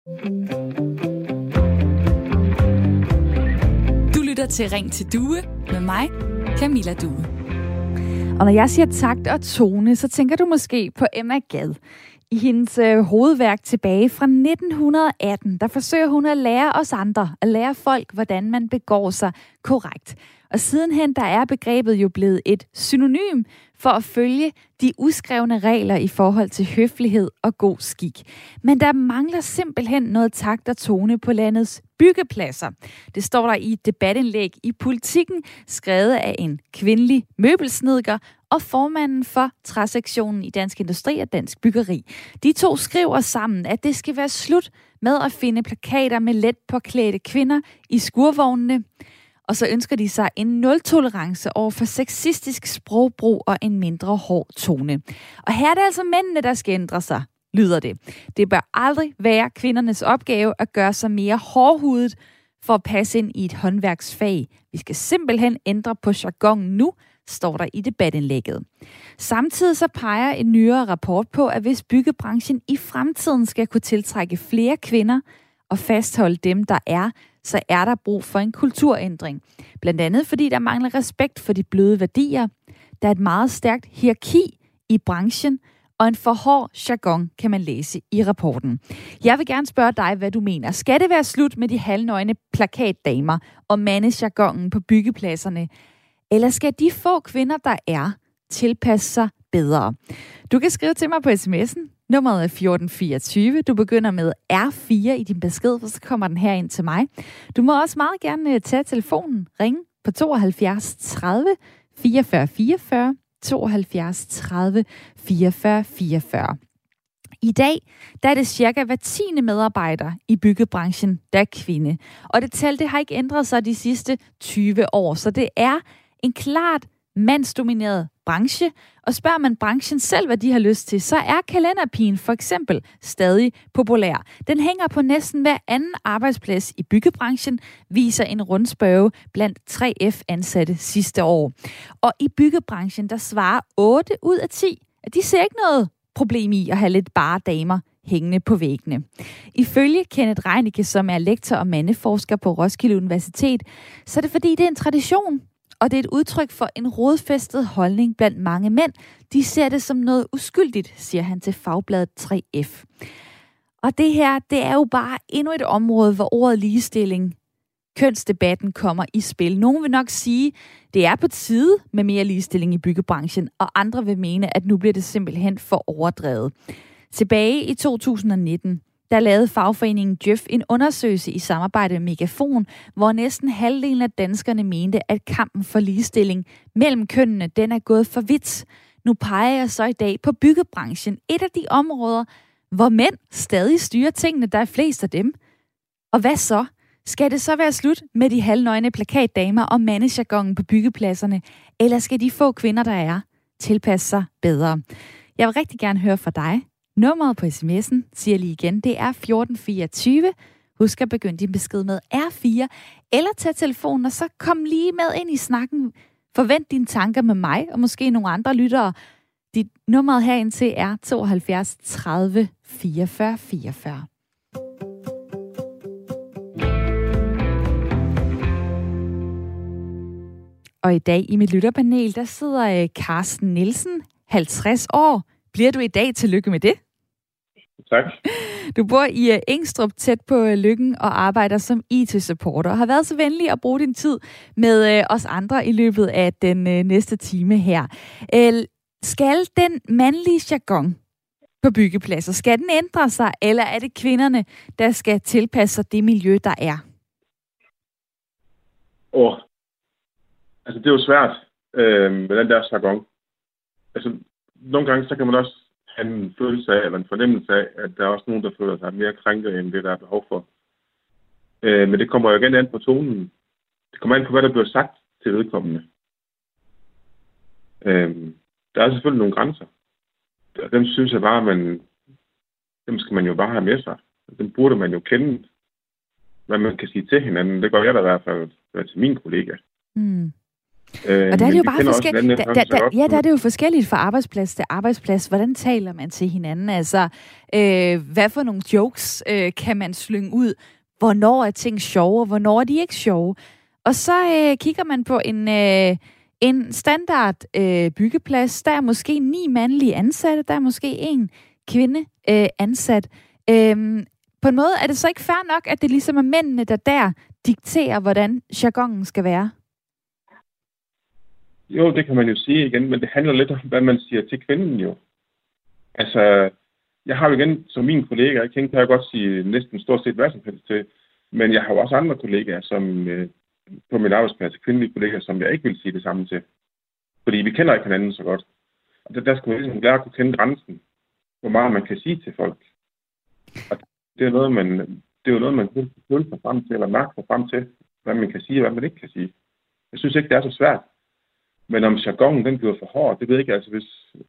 Du lytter til Ring til Due med mig, Camilla Due. Og når jeg siger takt og tone, så tænker du måske på Emma Gad. I hendes hovedværk tilbage fra 1918, der forsøger hun at lære os andre, at lære folk, hvordan man begår sig korrekt. Og sidenhen, der er begrebet jo blevet et synonym for at følge de uskrevne regler i forhold til høflighed og god skik. Men der mangler simpelthen noget takt og tone på landets byggepladser. Det står der i et debatindlæg i Politikken, skrevet af en kvindelig møbelsnedker og formanden for træsektionen i Dansk Industri og Dansk Byggeri. De to skriver sammen, at det skal være slut med at finde plakater med let påklædte kvinder i skurvognene. Og så ønsker de sig en nul-tolerance over for sexistisk sprogbrug og en mindre hård tone. Og her er det altså mændene, der skal ændre sig, lyder det. Det bør aldrig være kvindernes opgave at gøre sig mere hårdhudet for at passe ind i et håndværksfag. Vi skal simpelthen ændre på jargonen nu, står der i debatindlægget. Samtidig så peger en nyere rapport på, at hvis byggebranchen i fremtiden skal kunne tiltrække flere kvinder og fastholde dem, der er, så er der brug for en kulturændring. Blandt andet fordi der mangler respekt for de bløde værdier. Der er et meget stærkt hierarki i branchen, og en for hård jargon kan man læse i rapporten. Jeg vil gerne spørge dig, hvad du mener. Skal det være slut med de halvnøgne plakatdamer og mandejargonen på byggepladserne? Eller skal de få kvinder, der er, tilpasse sig bedre? Du kan skrive til mig på sms'en. Nummeret er 1424. Du begynder med R4 i din besked, for så kommer den her ind til mig. Du må også meget gerne tage telefonen. Ring på 72 30 44 44. 72 30 44 44. I dag der er det cirka hver 10. medarbejder i byggebranchen, der er kvinde. Og det tal det har ikke ændret sig de sidste 20 år, så det er en klart mandsdomineret branche, og spørger man branchen selv, hvad de har lyst til, så er kalenderpigen for eksempel stadig populær. Den hænger på næsten hver anden arbejdsplads i byggebranchen, viser en rundspørge blandt 3F-ansatte sidste år. Og i byggebranchen, der svarer 8 ud af 10, at de ser ikke noget problem i at have lidt bare damer hængende på væggene. Ifølge Kenneth Reinicke, som er lektor og mandeforsker på Roskilde Universitet, så er det fordi, det er en tradition. Og det er et udtryk for en rodfæstet holdning blandt mange mænd. De ser det som noget uskyldigt, siger han til fagbladet 3F. Og det her, det er jo bare endnu et område, hvor ordet ligestilling, kønsdebatten kommer i spil. Nogle vil nok sige, det er på tide med mere ligestilling i byggebranchen, og andre vil mene, at nu bliver det simpelthen for overdrevet. Tilbage i 2019, der lavede fagforeningen Djøf en undersøgelse i samarbejde med Megafon, hvor næsten halvdelen af danskerne mente, at kampen for ligestilling mellem kønnene, den er gået for vidt. Nu peger jeg så i dag på byggebranchen, et af de områder, hvor mænd stadig styrer tingene, der er flest af dem. Og hvad så? Skal det så være slut med de halvnøgne plakatdamer og mandejargonen på byggepladserne, eller skal de få kvinder, der er, tilpasse sig bedre? Jeg vil rigtig gerne høre fra dig. Nummeret på sms'en, siger lige igen, det er 1424. Husk at begynde din besked med R4, eller tag telefonen, og så kom lige med ind i snakken. Forvent dine tanker med mig, og måske nogle andre lyttere. Dit nummeret herind til er 72 30 44 44. Og i dag i mit lytterpanel, der sidder Carsten Nielsen, 50 år. Bliver du i dag? Tillykke med det. Tak. Du bor i Engstrup, tæt på Løkken, og arbejder som IT-supporter, og har været så venlig at bruge din tid med os andre i løbet af den næste time her. Skal den mandlige jargon på byggepladser, skal den ændre sig, eller er det kvinderne, der skal tilpasse sig det miljø, der er? Altså det er jo svært med den der jargon. Altså nogle gange så kan man også have en følelse af, eller en fornemmelse af, at der er også nogen, der føler sig mere krænket, end det, der er behov for. Men det kommer jo igen an på tonen. Det kommer an på, hvad der bliver sagt til vedkommende. Der er selvfølgelig nogle grænser. Dem synes jeg bare, dem skal man jo bare have med sig. Dem burde man jo kende, hvad man kan sige til hinanden. Det gør jeg da i hvert fald til min kollega. Mm. Og der er det jo bare forskelligt. Der er det jo forskelligt fra arbejdsplads til arbejdsplads. Hvordan taler man til hinanden? Altså, hvad for nogle jokes kan man slynge ud? Hvornår er ting sjove, og hvornår er de ikke sjove? Og så kigger man på en standard byggeplads. Der er måske 9 mandlige ansatte. Der er måske 1 kvinde ansat. På en måde er det så ikke fair nok, at det ligesom er mændene, der dikterer, hvordan jargonen skal være? Jo, det kan man jo sige igen, men det handler lidt om, hvad man siger til kvinden jo. Altså, jeg har jo igen, som mine kollegaer, kan jeg godt sige næsten stort set hvad som helst til, men jeg har jo også andre kollegaer, som på min arbejdsplads, kvindelige kollegaer, som jeg ikke vil sige det samme til. Fordi vi kender ikke hinanden så godt. Og der skal man ligesom lære at kunne kende grænsen, hvor meget man kan sige til folk. Og det er jo noget, man kan føle sig frem til, eller mærke sig frem til, hvad man kan sige og hvad man ikke kan sige. Jeg synes ikke, det er så svært. Men om jargonen den bliver for hård, det ved jeg ikke. Altså,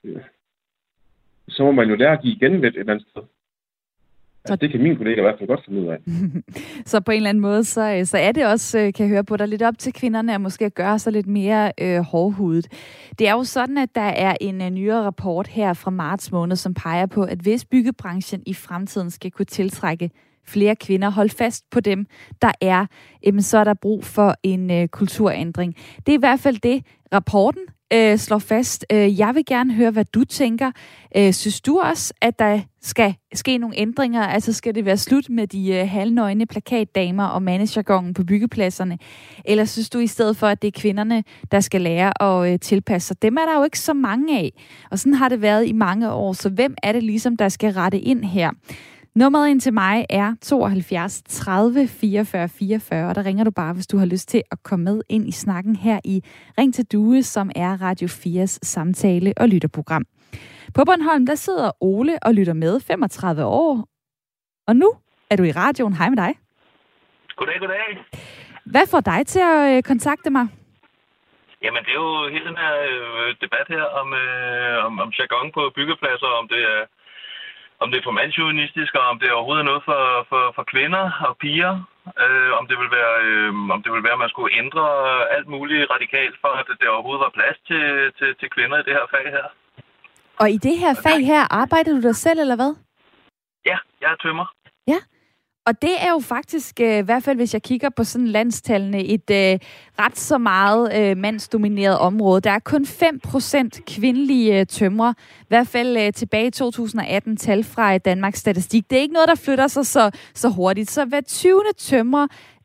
så må man jo lære at give igen lidt et eller andet sted. Altså, det kan mine kollegaer i hvert fald godt finde ud af. Så på en eller anden måde, så er det også, kan jeg høre på dig, lidt op til kvinderne at måske gøre sig lidt mere hårdhudet. Det er jo sådan, at der er en nyere rapport her fra marts måned, som peger på, at hvis byggebranchen i fremtiden skal kunne tiltrække flere kvinder, hold fast på dem, der er, så er der brug for en kulturændring. Det er i hvert fald det, rapporten slår fast. Jeg vil gerne høre, hvad du tænker. Synes du også, at der skal ske nogle ændringer? Altså skal det være slut med de halvnøgne plakatdamer og mandejargonen på byggepladserne? Eller synes du i stedet for, at det er kvinderne, der skal lære at tilpasse sig? Dem er der jo ikke så mange af. Og sådan har det været i mange år. Så hvem er det ligesom, der skal rette ind her? Nummeret ind til mig er 72 30 44 44, og der ringer du bare, hvis du har lyst til at komme med ind i snakken her i Ring til Due, som er Radio 4's samtale- og lytterprogram. På Bornholm, der sidder Ole og lytter med, 35 år, og nu er du i radioen. Hej med dig. Goddag. Hvad får dig til at kontakte mig? Jamen, det er jo hele den her debat her om jargon på byggepladser, om det er for mandsjuvenistisk, og om det overhovedet er noget for kvinder og piger. Om det vil være, at man skulle ændre alt muligt radikalt, for at det overhovedet var plads til kvinder i det her fag her. Og i det her fag her, arbejder du dig selv, eller hvad? Ja, jeg er tømrer. Ja, og det er jo faktisk, i hvert fald hvis jeg kigger på sådan landstallene, et ret så meget mandsdomineret område. Der er kun 5% kvindelige tømrere, i hvert fald tilbage i 2018, tal fra Danmarks Statistik. Det er ikke noget, der flytter sig så hurtigt. Så hver 20. tømrer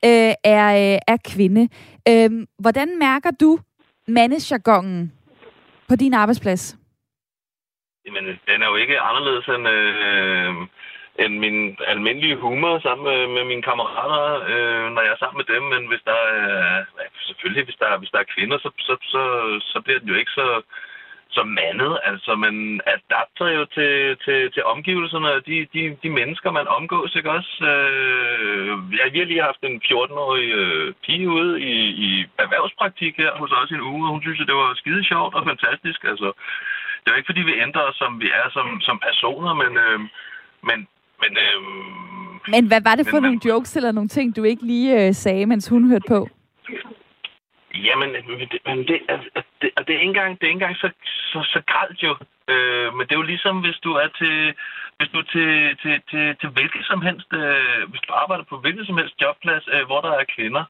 er kvinde. Hvordan mærker du mandejargonen på din arbejdsplads? Jamen, den er jo ikke anderledes end min almindelige humor sammen med mine kammerater, når jeg er sammen med dem. Men hvis der er, selvfølgelig, hvis der er kvinder, så bliver den jo ikke så mandet. Altså, man adapter jo til omgivelserne og de mennesker, man omgås, ikke også? Vi har lige haft en 14-årig pige ude i erhvervspraktik her hos os i en uge, og hun synes, at det var skide sjovt og fantastisk. Altså, det er jo ikke, fordi vi ændrer os, som vi er som personer, men hvad var det for nogle jokes eller nogle ting, du ikke lige sagde, mens hun hørte på? Jamen, det er ikke engang så grelt jo. Men det er jo ligesom, hvis du er til hvilket som helst, hvis du arbejder på hvilket som helst jobplads, hvor der er kvinder,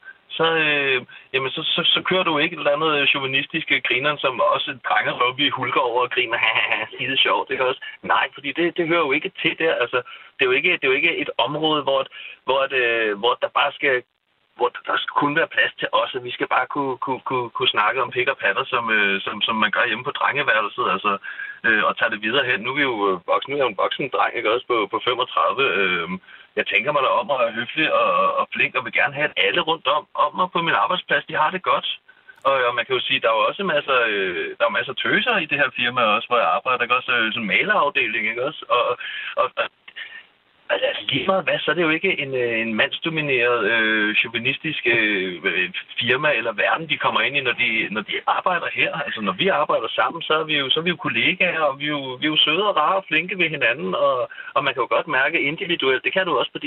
så kører du ikke et eller andet chauvinistiske grineren, som også drenger op i hulker over og griner, skide sjovt, det kan også. Nej, fordi det hører jo ikke til der. Altså, det er jo ikke et område, hvor der bare skal, hvor der skal kun være plads til os, og vi skal bare kunne snakke om pik og patter, som man gør hjemme på drengeværelset, altså, og tage det videre hen. Nu er vi jo voksen, nu er jeg en voksen dreng, ikke også, på 35. Jeg tænker mig da om at være høflig og flink, og vil gerne have, at alle rundt om mig på min arbejdsplads, de har det godt. Og man kan jo sige, der er jo også masser tøser i det her firma også, hvor jeg arbejder, ikke også, sådan en malerafdeling, ikke også, og Altså lige meget hvad, så er det jo ikke en mandsdomineret chauvinistisk firma eller verden, de kommer ind i, når de arbejder her. Altså når vi arbejder sammen, så er vi jo kollegaer, og vi er jo søde og rare og flinke ved hinanden, og man kan jo godt mærke individuelt, det kan du også på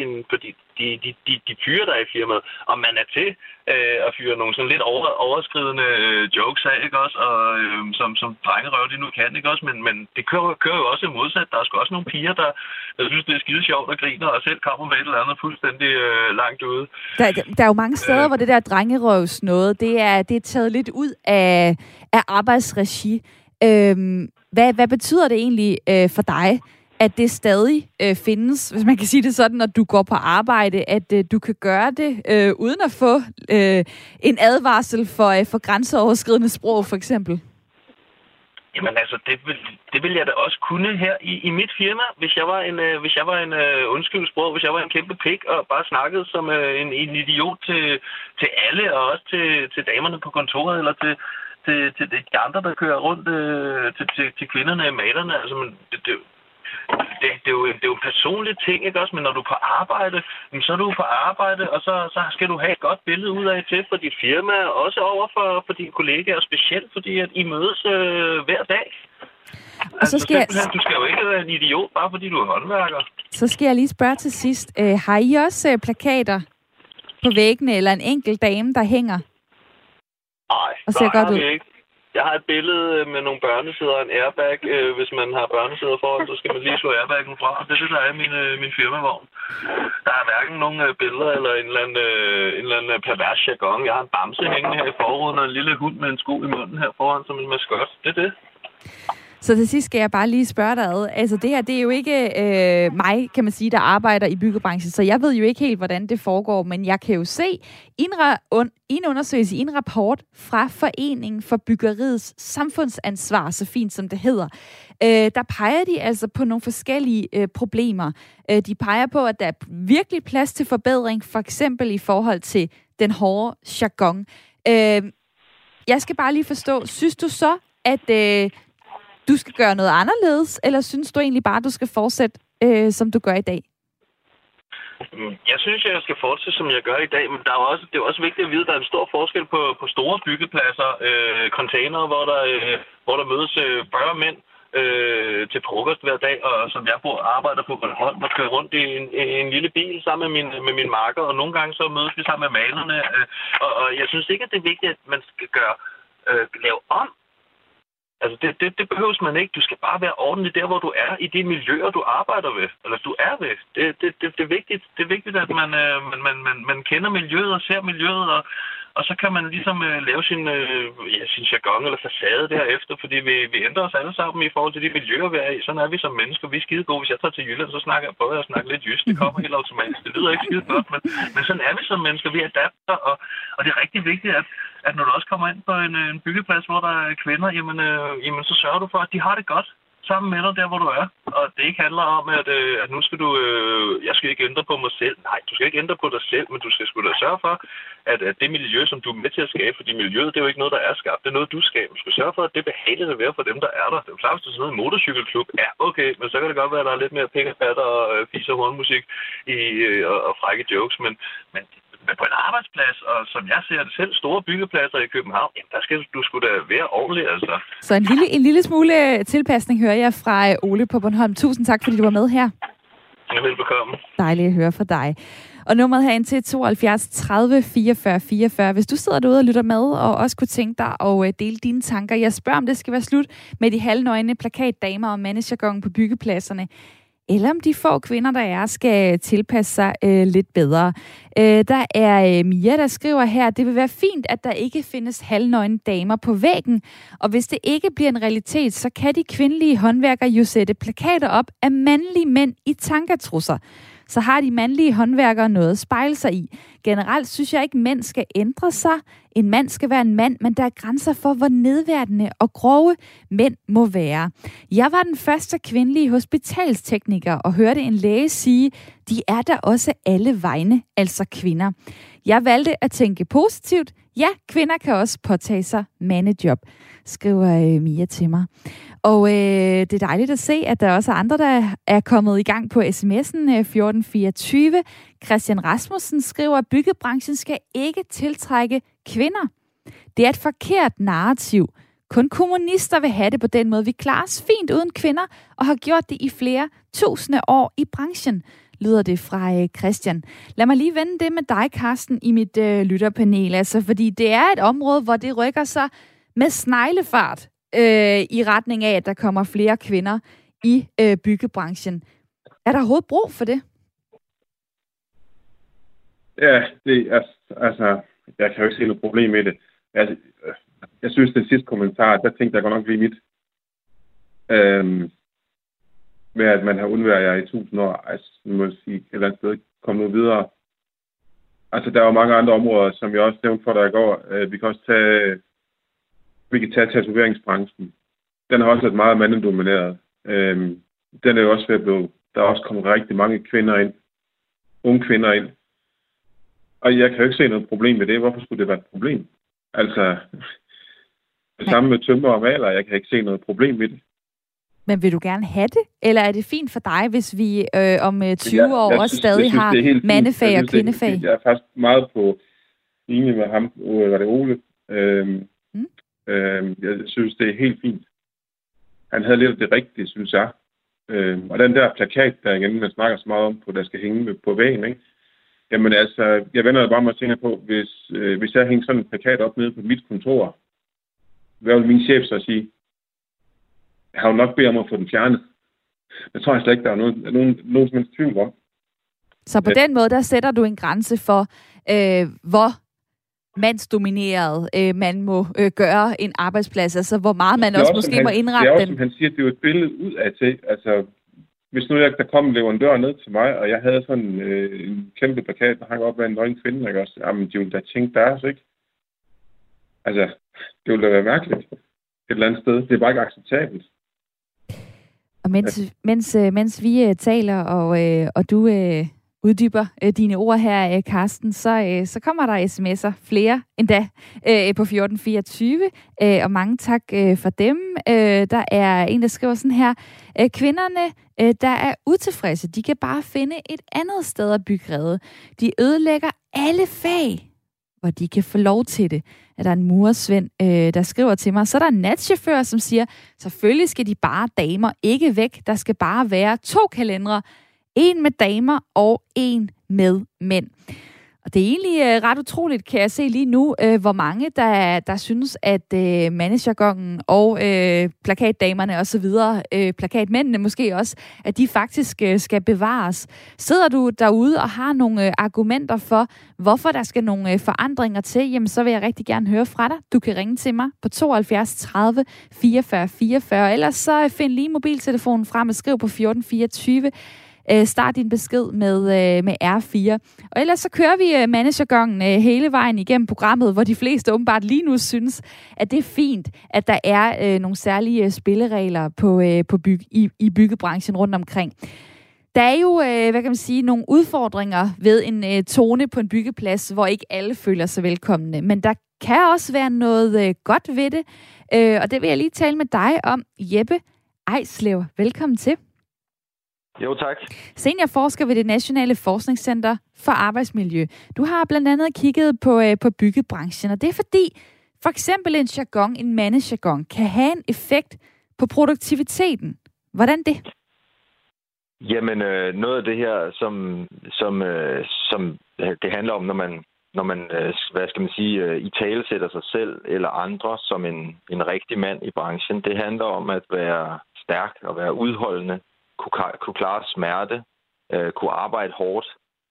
de fyre, der er i firmaet, om man er til at fyre nogle sådan lidt overskridende jokes af, ikke også, og som drengerøv de nu kan, ikke også, men det kører jo også modsat. Der er sgu også nogle piger, der synes, det er skide sjovt og griner, og selv kommer med et eller andet fuldstændig langt ude. Der er jo mange steder, hvor det der drengerøvs noget, det er taget lidt ud af arbejdsregi. Hvad betyder det egentlig for dig, at det stadig findes, hvis man kan sige det sådan, når du går på arbejde, at du kan gøre det uden at få en advarsel for grænseoverskridende sprog, for eksempel? Jamen altså, det vil jeg da også kunne her i mit firma, hvis jeg var en undskyldssprog, hvis jeg var en kæmpe pik og bare snakkede som en idiot til alle, og også til damerne på kontoret, eller til de andre, der kører rundt, til kvinderne i malerne. Altså, det er jo en personlig ting, ikke også? Men når du er på arbejde, så er du på arbejde, og så skal du have et godt billede ud af til for dit firma, også over for dine kollegaer, specielt fordi at I mødes hver dag. Og så skal du skal jo ikke være en idiot, bare fordi du er håndværker. Så skal jeg lige spørge til sidst. Har I også plakater på væggene, eller en enkelt dame, der hænger? Nej, det har vi ikke. Jeg har et billede med nogle børnesæder og en airbag. Hvis man har børnesæder foran, så skal man lige slå airbaggen fra. Det er det, der er min firmavogn. Der er hverken nogen billeder eller en eller anden pervers jargon. Jeg har en bamse hængende her i forruden og en lille hund med en sko i munden her foran som en maskot. Det er det. Så til sidst skal jeg bare lige spørge dig ad. Altså det her, det er jo ikke mig, kan man sige, der arbejder i byggebranchen, så jeg ved jo ikke helt, hvordan det foregår, men jeg kan jo se i en undersøgelse, i en rapport fra Foreningen for Byggeriets Samfundsansvar, så fint som det hedder, der peger de altså på nogle forskellige problemer. De peger på, at der er virkelig plads til forbedring, for eksempel i forhold til den hårde jargon. Jeg skal bare lige forstå, synes du så, at du skal gøre noget anderledes, eller synes du egentlig bare, at du skal fortsætte, som du gør i dag? Jeg synes, jeg skal fortsætte, som jeg gør i dag, men det er også vigtigt at vide, at der er en stor forskel på store byggepladser, containere, hvor der mødes 40 mænd til frokost hver dag, og som jeg arbejder på Bornholm og kører rundt i en lille bil sammen med min makker, og nogle gange så mødes vi sammen med malerne, og jeg synes ikke, at det er vigtigt, at man skal lave om. Altså, det behøves man ikke. Du skal bare være ordentlig der, hvor du er, i de miljøer, du arbejder ved. Eller du er ved. Det er vigtigt. Det er vigtigt, at man kender miljøet og ser miljøet, og så kan man ligesom lave sin jargon eller facade derefter, fordi vi ændrer os alle sammen i forhold til de miljøer, vi er i. Sådan er vi som mennesker. Vi er skide gode. Hvis jeg tager til Jylland, så prøver jeg at snakke lidt jysk. Det kommer helt automatisk. Det lyder ikke skide godt, men sådan er vi som mennesker. Vi adapter, og det er rigtig vigtigt, at når du også kommer ind på en byggeplads, hvor der er kvinder, jamen så sørger du for, at de har det godt sammen med dig der, hvor du er. Og det ikke handler om, at nu skal jeg skal ikke ændre på mig selv. Nej, du skal ikke ændre på dig selv, men du skal sgu da sørge for, at det miljø, som du er med til at skabe, fordi miljøet, det er jo ikke noget, der er skabt. Det er noget, du skaber. Du skal sørge for, at det er behageligt at være for dem, der er der. Det er jo klart, hvis du sidder i en motorcykelklub. Ja, okay, men så kan det godt være, at der er lidt mere pik og patter og fis og hornmusik og frække jokes, men på en arbejdsplads, og som jeg ser det selv, store byggepladser i København, jamen, der skal du sgu da være ordentlig, altså. Så en lille smule tilpasning hører jeg fra Ole på Bornholm. Tusind tak, fordi du var med her. Ja, velbekomme. Dejligt at høre fra dig. Og nummeret herind til 72 30 44 44. Hvis du sidder derude og lytter med, og også kunne tænke dig at dele dine tanker. Jeg spørger, om det skal være slut med de halvnøgne plakatdamer og mandejargon på byggepladserne, eller om de få kvinder, der er, skal tilpasse sig lidt bedre. Der er Mia, der skriver her, det vil være fint, at der ikke findes halvnøgne damer på væggen, og hvis det ikke bliver en realitet, så kan de kvindelige håndværkere jo sætte plakater op af mandlige mænd i tangatrusser. Så har de mandlige håndværkere noget at spejle sig i. Generelt synes jeg ikke, mænd skal ændre sig. En mand skal være en mand, men der er grænser for, hvor nedværdigende og grove mænd må være. Jeg var den første kvindelige hospitalstekniker og hørte en læge sige, de er der også alle vegne, altså kvinder. Jeg valgte at tænke positivt. Ja, kvinder kan også påtage sig mandejob, skriver Mia til mig. Og det er dejligt at se, at der også er andre, der er kommet i gang på sms'en 1424. Christian Rasmussen skriver, at byggebranchen skal ikke tiltrække kvinder. Det er et forkert narrativ. Kun kommunister vil have det på den måde. Vi klarer os fint uden kvinder, og har gjort det i flere tusinde år i branchen, lyder det fra Christian. Lad mig lige vende det med dig, Carsten, i mit lytterpanel. Altså, fordi det er et område, hvor det rykker sig med sneglefart i retning af, at der kommer flere kvinder i byggebranchen. Er der overhovedet brug for det? Ja, altså, jeg kan jo ikke se noget problem med det. Jeg synes, den sidste kommentar, der tænkte jeg godt nok lige mit. Med at man har undværet jer i 1000 år, altså, må sige, et eller andet sted, kom nu videre. Altså, der er jo mange andre områder, som jeg også nævnte for dig i går. Vi kan tage tatoveringsbranchen. Den har også været meget mandedomineret. Den er jo også ved at blive, der er også kommet rigtig mange kvinder ind. Unge kvinder ind. Og jeg kan jo ikke se noget problem med det. Hvorfor skulle det være et problem? Altså, det samme med tømrer og maler. Jeg kan ikke se noget problem med det. Men vil du gerne have det? Eller er det fint for dig, hvis vi om 20 år også stadig har mandefag og kvindefag? Jeg er faktisk meget på linje med ham, var det Ole. Jeg synes, det er helt fint. Han havde lidt af det rigtige, synes jeg. Og den der plakat, der igen, man snakker så meget om, der skal hænge på væggen, ikke? Jamen altså, jeg vender jo bare mig og tænker på, hvis jeg hænger sådan en plakat op nede på mit kontor, hvad vil min chef så sige? Jeg har jo nok bedt om at få den fjernet. Jeg tror slet ikke, der er nogen som helst tvivl om. Så på den måde, der sætter du en grænse for, hvor mandsdomineret man må gøre en arbejdsplads, altså hvor meget man også måske må indrette den. Det er også, som han siger, det er jo et billede ud af til. Altså, hvis nu der kom en leverandør ned til mig, og jeg havde sådan en kæmpe plakat, der hang op af en nøgen kvinde, ikke også? Jamen, de ville da tænke deres, ikke? Altså, det ville da være mærkeligt et eller andet sted. Det er bare ikke acceptabelt. Og mens vi taler, og du uddyber dine ord her, Carsten, så kommer der sms'er, flere endda, på 1424, og mange tak for dem. Der er en, der skriver sådan her, kvinderne, der er utilfredse, de kan bare finde et andet sted at bygge rede. De ødelægger alle fag, hvor de kan få lov til det. Er der en murersvend, der skriver til mig. Så er der en natchauffør, som siger, selvfølgelig skal de bare damer ikke væk. Der skal bare være 2 kalendere. En med damer og en med mænd. Og det er egentlig ret utroligt, kan jeg se lige nu, hvor mange, der synes, at mandejargonen og plakatdamerne osv., plakatmændene måske også, at de faktisk skal bevares. Sidder du derude og har nogle argumenter for, hvorfor der skal nogle forandringer til, jamen så vil jeg rigtig gerne høre fra dig. Du kan ringe til mig på 72 30 44 44, ellers så find lige mobiltelefonen frem og skriv på 1424. Start din besked med R4. Og ellers så kører vi managergangen hele vejen igennem programmet, hvor de fleste åbenbart lige nu synes, at det er fint, at der er nogle særlige spilleregler i byggebranchen rundt omkring. Der er jo, nogle udfordringer ved en tone på en byggeplads, hvor ikke alle føler sig velkomne. Men der kan også være noget godt ved det, og det vil jeg lige tale med dig om. Jeppe Ejslev, velkommen til. Jo, tak. Seniorforsker ved det Nationale Forskningscenter for Arbejdsmiljø. Du har blandt andet kigget på byggebranchen, og det er fordi, for eksempel en jargon, en mandejargon, kan have en effekt på produktiviteten. Hvordan det? Jamen, noget af det her, som det handler om, når man hvad skal man sige, italesætter sig selv eller andre som en rigtig mand i branchen, det handler om at være stærk og være udholdende, kunne klare smerte, kunne arbejde hårdt.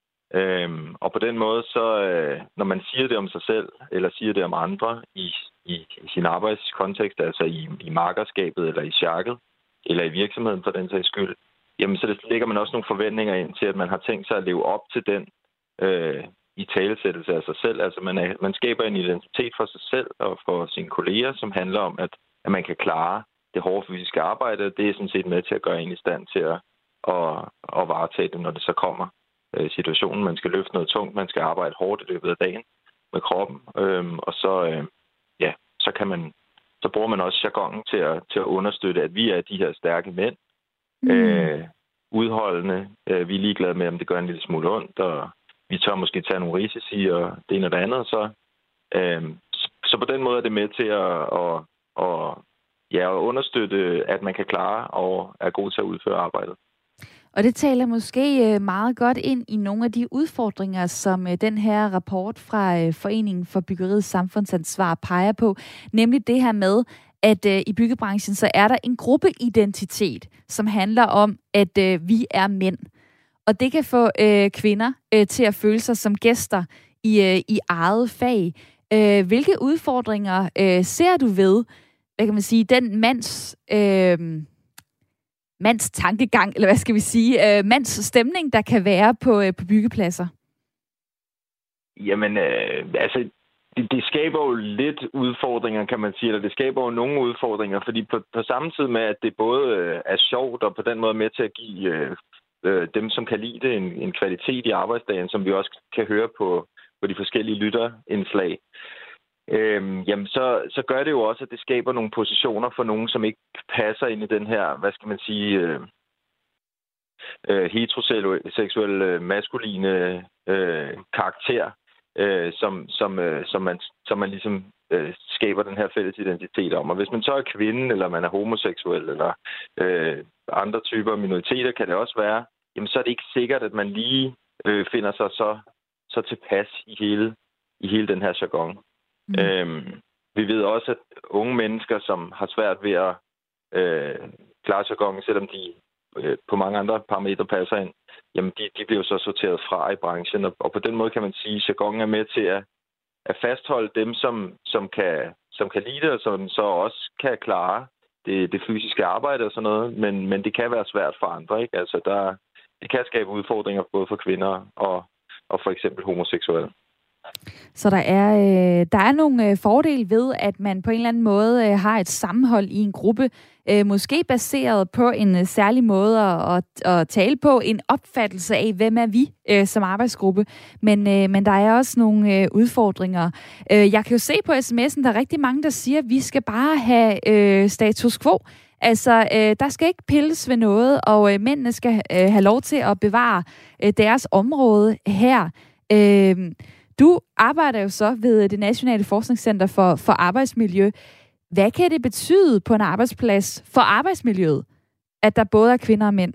Og på den måde, så når man siger det om sig selv, eller siger det om andre i sin arbejdskontekst, altså i markerskabet, eller i sjakket, eller i virksomheden for den sags skyld, jamen så lægger man også nogle forventninger ind til, at man har tænkt sig at leve op til den italesættelse af sig selv. Altså man skaber en identitet for sig selv og for sine kolleger, som handler om, at man kan klare det hårde fysiske arbejde. Det er sådan set med til at gøre en i stand til at varetage det, når det så kommer situationen. Man skal løfte noget tungt, man skal arbejde hårdt i løbet af dagen med kroppen, og så så bruger man også jargonen til at understøtte, at vi er de her stærke mænd. Udholdende. Vi er ligeglade med, om det gør en lille smule ondt, og vi tør måske tage nogle risici, og det ene og det andet. Så på den måde er det med til at understøtte, at man kan klare og er god til at udføre arbejdet. Og det taler måske meget godt ind i nogle af de udfordringer, som den her rapport fra Foreningen for Byggeriets Samfundsansvar peger på. Nemlig det her med, at i byggebranchen, så er der en gruppeidentitet, som handler om, at vi er mænd. Og det kan få kvinder til at føle sig som gæster i eget fag. Hvilke udfordringer ser du ved, hvad kan man sige, den mands tankegang, eller hvad skal vi sige, mands stemning, der kan være på byggepladser? Jamen, det skaber jo lidt udfordringer, kan man sige, eller det skaber jo nogle udfordringer, fordi på samme tid med, at det både er sjovt og på den måde med til at give dem, som kan lide det, en kvalitet i arbejdsdagen, som vi også kan høre på de forskellige lytterindslag, jamen så gør det jo også, at det skaber nogle positioner for nogen, som ikke passer ind i den her, hvad skal man sige, heteroseksuelle, maskuline karakter, som man ligesom skaber den her fælles identitet om. Og hvis man så er kvinde, eller man er homoseksuel, eller andre typer minoriteter, kan det også være, jamen så er det ikke sikkert, at man lige finder sig så tilpas i hele den her jargon. Vi ved også, at unge mennesker, som har svært ved at klare jargonen, selvom de på mange andre parametre passer ind, jamen de bliver så sorteret fra i branchen. Og på den måde kan man sige, at jargonen er med til at fastholde dem, som kan lide det, og som så også kan klare det fysiske arbejde og sådan noget, men det kan være svært for andre, ikke? Altså det kan skabe udfordringer både for kvinder og for eksempel homoseksuelle. Så der er nogle fordele ved, at man på en eller anden måde har et sammenhold i en gruppe, måske baseret på en særlig måde at tale på, en opfattelse af, hvem er vi som arbejdsgruppe. Men der er også nogle udfordringer. Jeg kan jo se på sms'en, der er rigtig mange, der siger, at vi skal bare have status quo. Altså, der skal ikke pilles ved noget, og mændene skal have lov til at bevare deres område her. Du arbejder jo så ved det Nationale Forskningscenter for Arbejdsmiljø. Hvad kan det betyde på en arbejdsplads for arbejdsmiljøet, at der både er kvinder og mænd?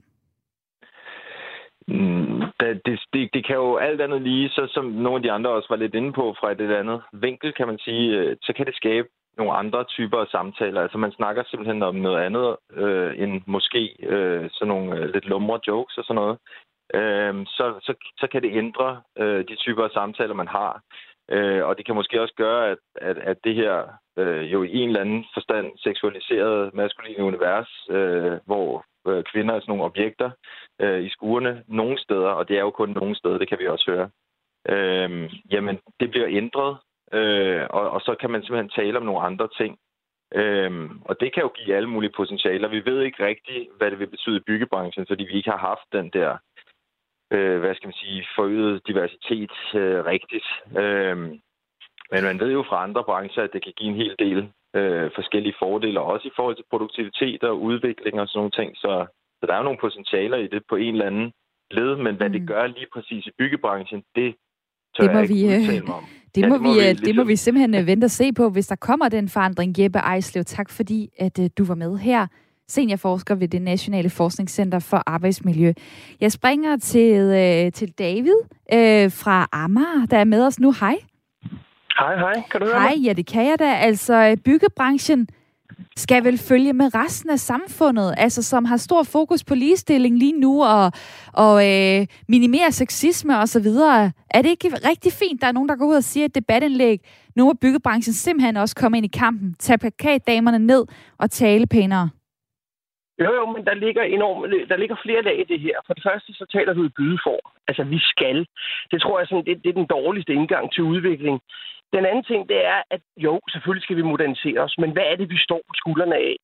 Det kan jo alt andet lige, så som nogle af de andre også var lidt inde på fra et andet vinkel, kan man sige, så kan det skabe nogle andre typer af samtaler. Altså man snakker simpelthen om noget andet end måske sådan nogle lidt lumre jokes og sådan noget. Så kan det ændre de typer af samtaler, man har. Og det kan måske også gøre, at det her jo i en eller anden forstand seksualiseret maskuline univers, hvor kvinder er sådan nogle objekter i skuerne nogle steder, og det er jo kun nogle steder, det kan vi også høre. Jamen, det bliver ændret, og så kan man simpelthen tale om nogle andre ting. Og det kan jo give alle mulige potentialer. Vi ved ikke rigtigt, hvad det vil betyde i byggebranchen, fordi vi ikke har haft den der hvad skal man sige, forøget diversitet rigtigt. Men man ved jo fra andre brancher, at det kan give en hel del forskellige fordele, også i forhold til produktivitet og udvikling og sådan nogle ting. Så der er jo nogle potentialer i det på en eller anden led, men hvad det gør lige præcis i byggebranchen, det tør jeg ikke udtale mig om. Det må vi simpelthen vente og se på, hvis der kommer den forandring. Jeppe Ejslev, tak fordi at du var med her. Seniorforsker ved det Nationale Forskningscenter for Arbejdsmiljø. Jeg springer til David fra Amager, der er med os nu. Hej. Hej. Kan du høre mig? Hej, ja, det kan jeg da. Altså, byggebranchen skal vel følge med resten af samfundet, altså som har stor fokus på ligestilling lige nu og minimere sexisme og så videre. Er det ikke rigtig fint, der er nogen, der går ud og siger et debatindlæg? Nu må byggebranchen simpelthen også komme ind i kampen, tage plakatdamerne ned og tale pænere. Jo, men der ligger flere lag i det her. For det første, så taler du i bydeform. Altså, vi skal. Det tror jeg, det er den dårligste indgang til udvikling. Den anden ting, det er, at jo, selvfølgelig skal vi modernisere os, men hvad er det, vi står på skuldrene af?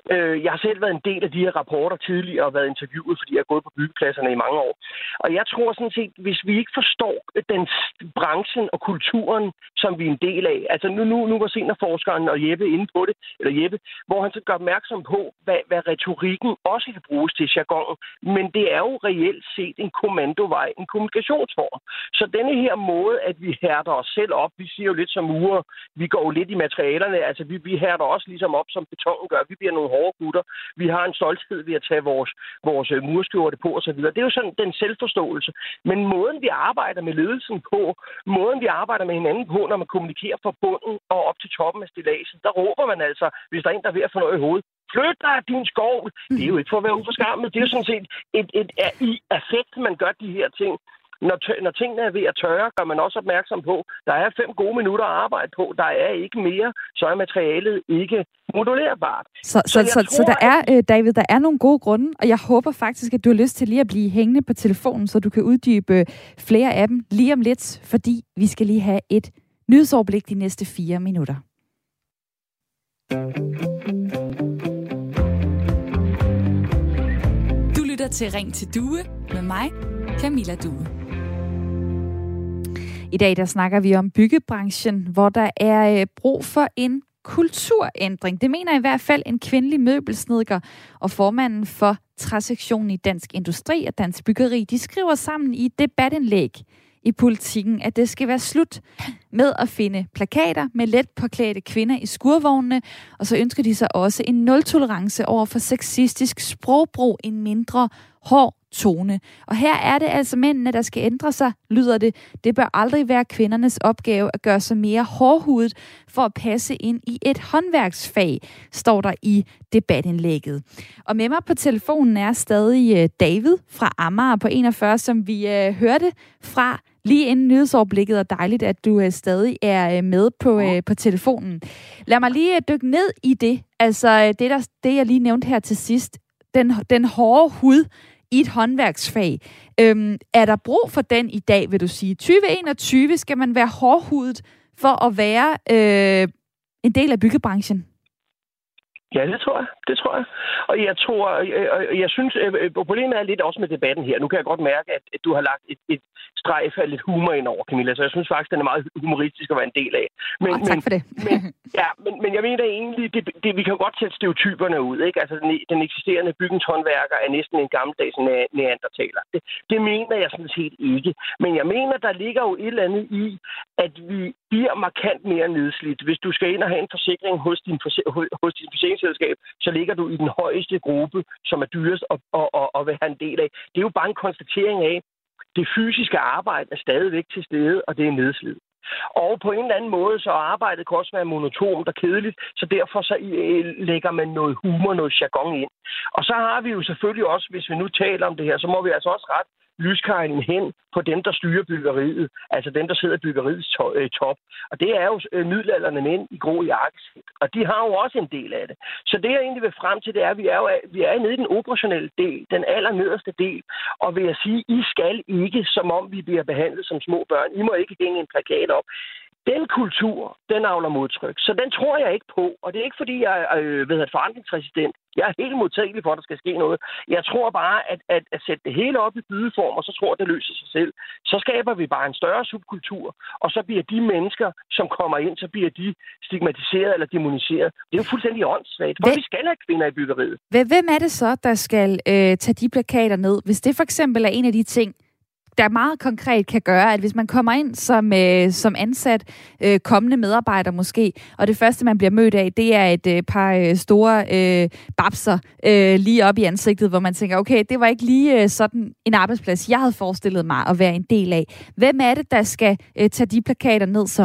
Jeg har selv været en del af de her rapporter tidligere og været interviewet, fordi jeg har gået på byggepladserne i mange år. Og jeg tror sådan set, hvis vi ikke forstår den branchen og kulturen, som vi er en del af. Altså nu var seniorforskeren og Jeppe inde på det, eller Jeppe, hvor han så gør opmærksom på, hvad retorikken også kan bruges til jargonen. Men det er jo reelt set en kommandovej, en kommunikationsform. Så denne her måde, at vi hærder os selv op, vi siger jo lidt som murer, vi går jo lidt i materialerne, altså vi hærder også ligesom op, som betongen gør. Vi bliver nogle hårde gutter. Vi har en stolthed ved at tage vores murskjorte på osv. Det er jo sådan den selvforståelse. Men måden, vi arbejder med ledelsen på, måden, vi arbejder med hinanden på, når man kommunikerer fra bunden og op til toppen af stilladset, der råber man altså, hvis der er en, der er ved at få noget i hovedet. Flyt dig af din skov! Det er jo ikke for at være uforskammet. Det er jo sådan set i affekt, man gør de her ting. Når tingene er ved at tørre, gør man også opmærksom på, der er 5 gode minutter at arbejde på. Der er ikke mere, så er materialet ikke modulerbart. Så der er, David, der er nogle gode grunde, og jeg håber faktisk, at du har lyst til lige at blive hængende på telefonen, så du kan uddybe flere af dem lige om lidt, fordi vi skal lige have et nyhedsoverblik de næste 4 minutter. Du lytter til Ring til Due med mig, Camilla Due. I dag der snakker vi om byggebranchen, hvor der er brug for en kulturændring. Det mener i hvert fald en kvindelig møbelsnedker og formanden for træsektionen i Dansk Industri og Dansk Byggeri. De skriver sammen i et debatindlæg i Politikken, at det skal være slut med at finde plakater med let påklædte kvinder i skurvognene, og så ønsker de sig også en nul-tolerance over for sexistisk sprogbrug, en mindre hård tone. Og her er det altså mændene, der skal ændre sig, lyder det. Det bør aldrig være kvindernes opgave at gøre sig mere hårdhudet for at passe ind i et håndværksfag, står der i debatindlægget. Og med mig på telefonen er stadig David fra Amager på 41, som vi hørte fra lige inden nyhedsoverblikket, og dejligt, at du stadig er med på telefonen. Lad mig lige dykke ned i det. Altså det jeg lige nævnte her til sidst. Den hårde hud i et håndværksfag. Er der brug for den i dag, vil du sige? 2021 skal man være hårdhudet for at være en del af byggebranchen? Ja, det tror jeg. Og jeg synes, problemet er lidt også med debatten her. Nu kan jeg godt mærke, at du har lagt et strejf af lidt humor ind over, Camilla, så jeg synes faktisk, den er meget humoristisk at være en del af. Tak for det. Men jeg mener egentlig, vi kan godt sætte stereotyperne ud, ikke? Altså, den eksisterende bygningshåndværker er næsten en gammeldags neandertaler. Det mener jeg sådan set ikke. Men jeg mener, der ligger jo et eller andet i, at vi bliver markant mere nedslidt. Hvis du skal ind og have en forsikring hos din forsikringsselskab, så ligger du i den højeste gruppe, som er dyrest at være en del af. Det er jo bare en konstatering af, det fysiske arbejde er stadigvæk til stede, og det er nedslidt. Og på en eller anden måde, så arbejdet kan også være monotont og kedeligt, så derfor så lægger man noget humor, noget jargon ind. Og så har vi jo selvfølgelig også, hvis vi nu taler om det her, så må vi altså også ret lyskejlen hen på dem, der styrer byggeriet, altså dem, der sidder i byggeriets top. Og det er jo middelaldrende mænd i grå jakkesæt, og de har jo også en del af det. Så det, jeg egentlig vil frem til, det er, at vi er nede i den operationelle del, den allernederste del, og vil jeg sige, I skal ikke, som om vi bliver behandlet som små børn. I må ikke hænge en plakat op. Den kultur, den avler modtryk, så den tror jeg ikke på. Og det er ikke, fordi jeg er forandringsresistent. Jeg er helt modtagelig for, at der skal ske noget. Jeg tror bare, at sætte det hele op i bydeform, og så tror det løser sig selv. Så skaber vi bare en større subkultur, og så bliver de mennesker, som kommer ind, så bliver de stigmatiseret eller demoniseret. Det er jo fuldstændig åndssvagt, for vi skal have kvinder i byggeriet. Hvem er det så, der skal tage de plakater ned? Hvis det for eksempel er en af de ting, der meget konkret kan gøre, at hvis man kommer ind som ansat, kommende medarbejder måske, og det første, man bliver mødt af, det er et par store babser lige op i ansigtet, hvor man tænker, okay, det var ikke lige sådan en arbejdsplads, jeg havde forestillet mig at være en del af. Hvem er det, der skal tage de plakater ned så?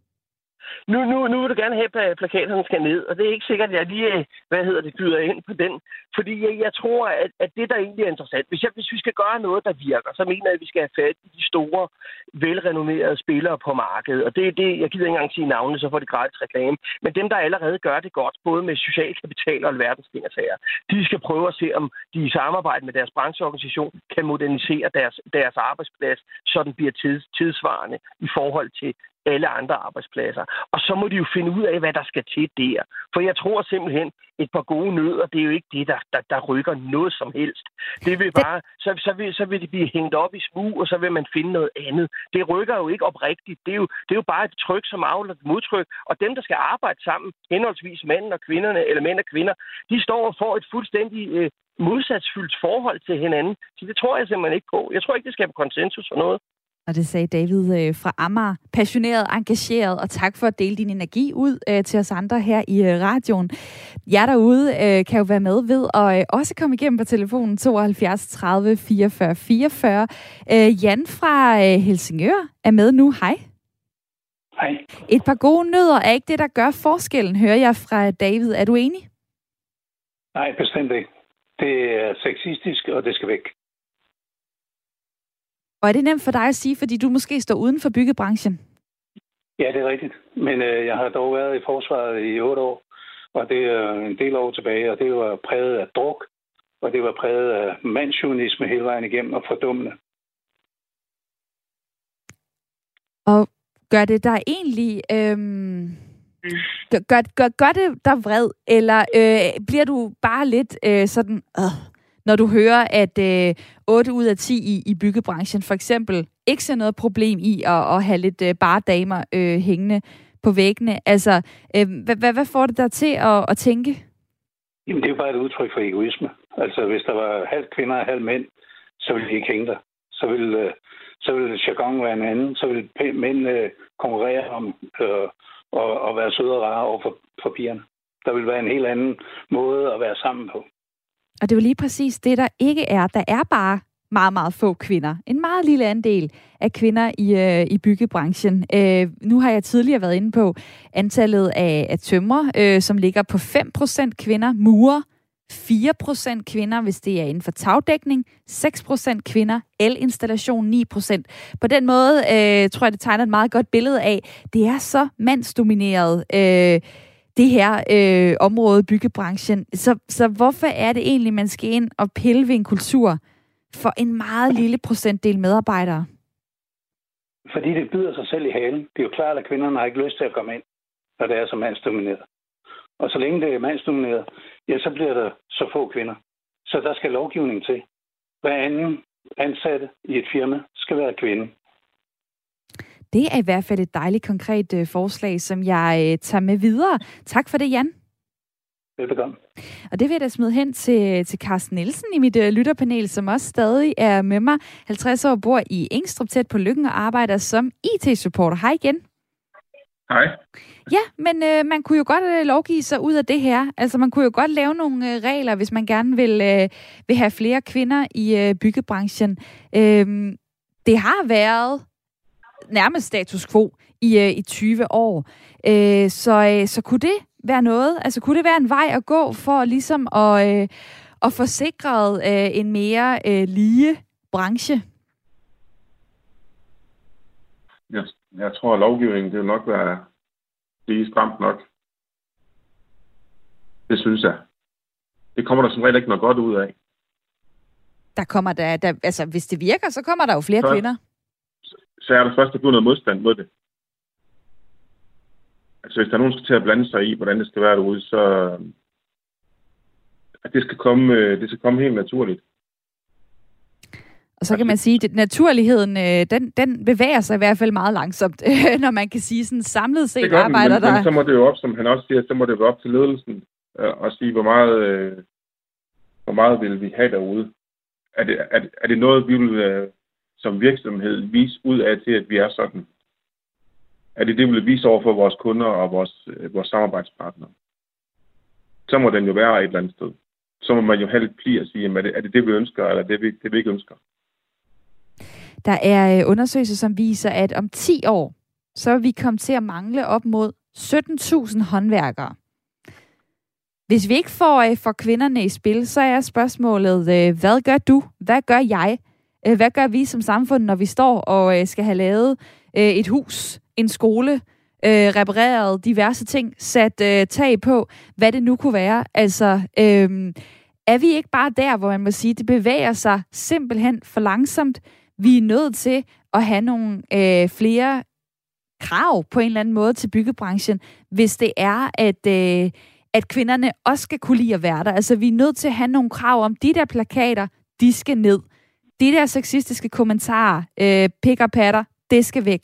Nu vil du gerne have, at plakaterne skal ned, og det er ikke sikkert, at jeg lige, byder ind på den. Fordi jeg tror, at det, der egentlig er interessant, hvis vi skal gøre noget, der virker, så mener jeg, at vi skal have fat i de store, velrenommerede spillere på markedet. Og det er det, jeg gider ikke engang sige navnene, så får de gratis reklame. Men dem, der allerede gør det godt, både med social kapital og alverdens ting og sager, de skal prøve at se, om de i samarbejde med deres brancheorganisation kan modernisere deres arbejdsplads, så den bliver tidsvarende i forhold til alle andre arbejdspladser. Og så må de jo finde ud af, hvad der skal til der. For jeg tror simpelthen, et par gode nødder, det er jo ikke det, der rykker noget som helst. Det vil bare, så vil det blive hængt op i smug, og så vil man finde noget andet. Det rykker jo ikke oprigtigt. Det er jo bare et tryk, som afler et modtryk. Og dem, der skal arbejde sammen, henholdsvis mænd og kvinderne, eller mænd og kvinder, de står og får et fuldstændig modsatsfyldt forhold til hinanden. Så det tror jeg simpelthen ikke på. Jeg tror ikke, det skaber konsensus for noget. Og det sagde David fra Amager. Passioneret, engageret, og tak for at dele din energi ud til os andre her i radioen. Jer derude kan jo være med ved at også komme igennem på telefonen 72 30 44 44. Jan fra Helsingør er med nu. Hej. Hej. Et par gode nødder er ikke det, der gør forskellen, hører jeg fra David. Er du enig? Nej, bestemt ikke. Det er sexistisk, og det skal væk. Og er det nemt for dig at sige, fordi du måske står uden for byggebranchen? Ja, det er rigtigt. Men jeg har dog været i forsvaret i 8 år, og det er en del år tilbage, og det var præget af druk, og det var præget af mandsjuvenisme hele vejen igennem og fordummende. Og gør det dig egentlig... Gør det dig vred, eller bliver du bare lidt sådan... når du hører, at 8 ud af 10 i byggebranchen for eksempel ikke ser noget problem i at have lidt bare damer hængende på væggene. Altså, hvad får det dig til at tænke? Jamen, det er jo bare et udtryk for egoisme. Altså, hvis der var halv kvinder og halv mænd, så ville de ikke hænge der. Så ville jargon være en anden. Så ville mænd konkurrere om at være søde og rare over for pigerne. Der ville være en helt anden måde at være sammen på. Og det er jo lige præcis det, der ikke er. Der er bare meget, meget få kvinder. En meget lille andel af kvinder i byggebranchen. Nu har jeg tidligere været inde på antallet af tømrer, som ligger på 5% kvinder, murer, 4% kvinder, hvis det er inden for tagdækning, 6% kvinder, elinstallation 9%. På den måde tror jeg, det tegner et meget godt billede af, det er så mandsdomineret, det her område, byggebranchen. Så hvorfor er det egentlig, man skal ind og pille ved en kultur for en meget lille procentdel medarbejdere? Fordi det bider sig selv i halen. Det er jo klart, at kvinderne har ikke lyst til at komme ind, når det er så mandsdomineret. Og så længe det er mandsdomineret, ja, så bliver der så få kvinder. Så der skal lovgivning til. Hver anden ansatte i et firma skal være kvinde. Det er i hvert fald et dejligt konkret forslag, som jeg tager med videre. Tak for det, Jan. Velbekomme. Og det vil jeg da smide hen til Carsten Nielsen i mit lytterpanel, som også stadig er med mig. 50 år, bor i Engstrup tæt på Lykken og arbejder som IT-supporter. Hej igen. Hej. Ja, men man kunne jo godt lovgive sig ud af det her. Altså, man kunne jo godt lave nogle regler, hvis man gerne vil have flere kvinder i byggebranchen. Det har været nærmest status quo i 20 år. Så kunne det være noget? Altså, kunne det være en vej at gå for ligesom at få sikret en mere lige branche? Jeg tror, at lovgivningen det vil nok være lige stramt nok. Det synes jeg. Det kommer der som regel ikke noget godt ud af. Der kommer altså, hvis det virker, så kommer der jo flere kvinder. Så er der først, der bliver noget modstand mod det. Altså, hvis der er nogen, der skal til at blande sig i, hvordan det skal være derude, så at det skal komme helt naturligt. Og så kan man sige, at naturligheden, den bevæger sig i hvert fald meget langsomt, når man kan sige sådan samlet set arbejder der. Men så må det jo op, som han også siger, så må det være op til ledelsen at sige, hvor meget vil vi have derude. Er det noget, vi vil som virksomhed vise ud af til, at vi er sådan? Er det vi vil vise over for vores kunder og vores samarbejdspartnere? Så må den jo være et eller andet sted. Så må man jo have lidt pli at sige, er det vi ønsker, eller det vi ikke ønsker? Der er undersøgelser, som viser, at om 10 år, så vil vi komme til at mangle op mod 17.000 håndværkere. Hvis vi ikke får kvinderne i spil, så er spørgsmålet, hvad gør du? Hvad gør jeg? Hvad gør vi som samfund, når vi står og skal have lavet et hus, en skole, repareret diverse ting, sat tag på, hvad det nu kunne være? Altså, er vi ikke bare der, hvor man må sige, det bevæger sig simpelthen for langsomt? Vi er nødt til at have nogle flere krav på en eller anden måde til byggebranchen, hvis det er, at kvinderne også skal kunne lide at være der. Altså, vi er nødt til at have nogle krav om, de der plakater, de skal ned. De der sexistiske kommentarer, pik og patter, det skal væk.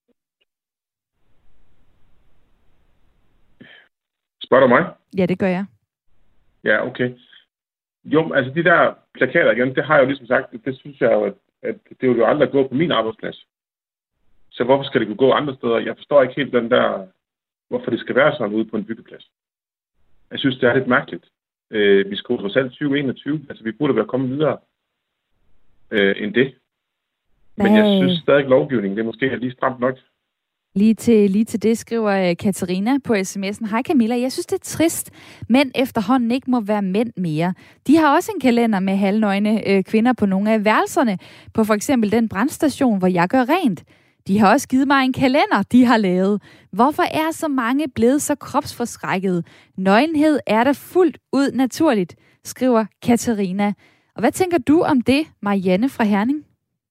Spørger du mig? Ja, det gør jeg. Ja, okay. Jo, altså de der plakater igen, det har jeg jo ligesom sagt, det synes jeg jo, at det vil jo aldrig gå på min arbejdsplads. Så hvorfor skal det kunne gå andre steder? Jeg forstår ikke helt den der, hvorfor det skal være sådan ude på en byggeplads. Jeg synes, det er lidt mærkeligt. Vi skal jo trods alt 2021, altså vi burde være kommet videre end det. Men jeg synes stadig, lovgivningen, det er måske lige stramt nok. Lige til det skriver Katarina på sms'en. Hej Camilla, jeg synes, det er trist. Mænd efterhånden ikke må være mænd mere. De har også en kalender med halvnøgne kvinder på nogle af værelserne. På for eksempel den brandstation, hvor jeg gør rent. De har også givet mig en kalender, de har lavet. Hvorfor er så mange blevet så kropsforskrækkede? Nøgenhed er da fuldt ud naturligt, skriver Katarina. Og hvad tænker du om det, Marianne fra Herning?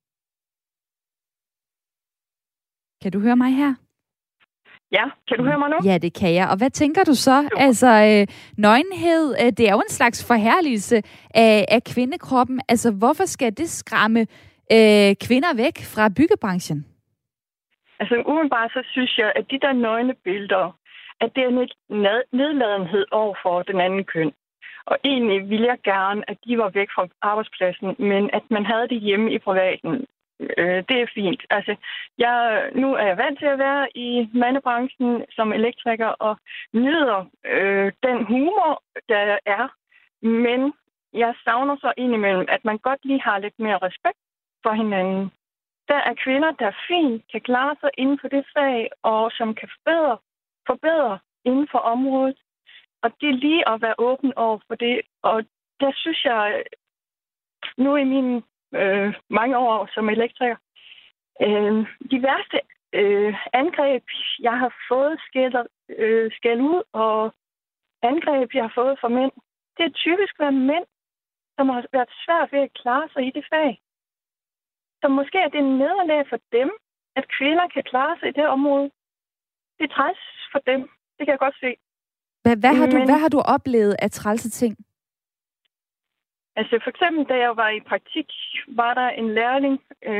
Kan du høre mig her? Ja, kan du høre mig nu? Ja, det kan jeg. Og hvad tænker du så? Altså, nøgenhed, det er jo en slags forherligelse af kvindekroppen. Altså, hvorfor skal det skræmme kvinder væk fra byggebranchen? Altså, umiddelbart så synes jeg, at de der nøgne billeder, at det er en nedladenhed over for den anden køn. Og egentlig ville jeg gerne, at de var væk fra arbejdspladsen, men at man havde det hjemme i privaten. Det er fint. Altså, nu er jeg vant til at være i mandebranchen som elektriker og nyder den humor, der er. Men jeg savner så indimellem, at man godt lige har lidt mere respekt for hinanden. Der er kvinder, der fint kan klare sig inden for det fag, og som kan forbedre inden for området. Og det er lige at være åben over for det. Og der synes jeg, nu i mine mange år som elektriker, de værste angreb, jeg har fået skæld ud, og angreb, jeg har fået fra mænd, det er typisk været mænd, som har været svært ved at klare sig i det fag. Så måske er det en nederlag for dem, at kvinder kan klare sig i det område. Det er træls for dem. Det kan jeg godt se. Hvad har du oplevet af trælse ting? Altså for eksempel, da jeg var i praktik, var der en lærling,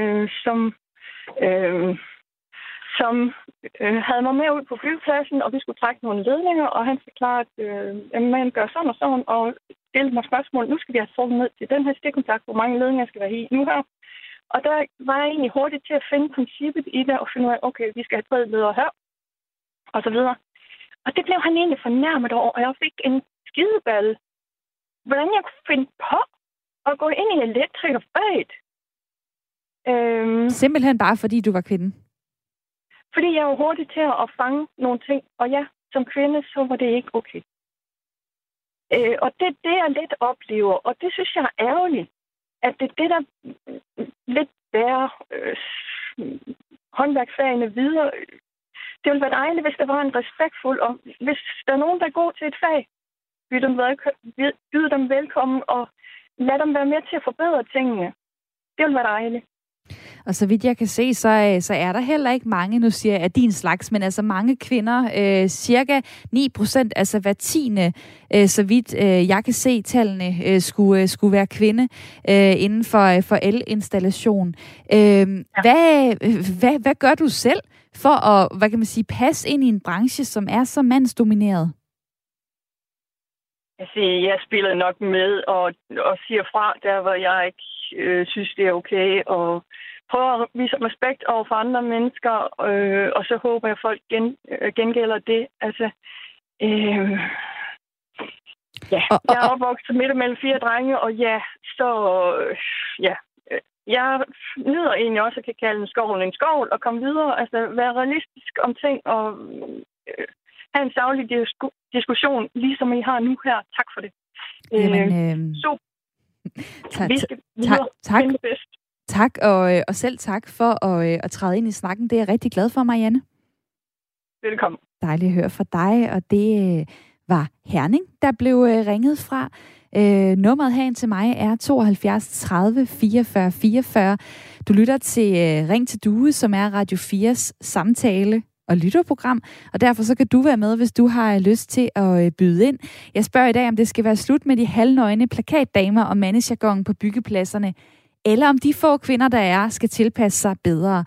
som havde mig med ud på byggepladsen, og vi skulle trække nogle ledninger, og han forklarede, at man gør sådan og sådan, og stillede mig spørgsmål. Nu skal vi have trukket ned til den her stikkontakt, hvor mange ledninger skal være i nu her. Og der var jeg egentlig hurtigt til at finde princippet i det, og finde ud af, okay, vi skal have 3 ledere her, og så videre. Og det blev han egentlig fornærmet over, og jeg fik en skideballe. Hvordan jeg kunne finde på at gå ind i elektrikerfaget. Simpelthen bare fordi du var kvinde? Fordi jeg var hurtig til at fange nogle ting, og ja, som kvinde, så var det ikke okay. Og det er det, jeg lidt oplever, og det synes jeg er ærgerligt, at det er det, der lidt bærer håndværksfagene videre. Det ville være dejligt, hvis der var en respektfuld, og hvis der er nogen, der er god til et fag, byde dem velkommen, og lad dem være med til at forbedre tingene. Det ville være dejligt. Og så vidt jeg kan se, så er der heller ikke mange, nu siger jeg, af din slags, men altså mange kvinder, cirka 9%, altså hver 10., så vidt jeg kan se, tallene skulle være kvinde inden for elinstallation. Hvad gør du selv for at, hvad kan man sige, passe ind i en branche, som er så mandsdomineret? Altså, jeg spiller nok med og siger fra, der hvor jeg ikke synes, det er okay, og prøver at vise respekt over for andre mennesker, og så håber jeg, at folk gengælder det. Altså, jeg er opvokset midt mellem 4 drenge, og jeg nyder egentlig også at kan kalde en skovl og komme videre, altså være realistisk om ting, og have en saglig diskussion, ligesom I har nu her. Tak for det. Tak, og selv tak for at træde ind i snakken. Det er jeg rigtig glad for, Marianne. Velkommen. Dejligt at høre fra dig, og det var Herning, der blev ringet fra. Nummeret herind til mig er 72 30 44 44. Du lytter til Ring til Due, som er Radio 4's samtale og lytterprogram, og derfor så kan du være med, hvis du har lyst til at byde ind. Jeg spørger i dag, om det skal være slut med de halvnøgne plakatdamer og mandejargon på byggepladserne, eller om de få kvinder, der er, skal tilpasse sig bedre.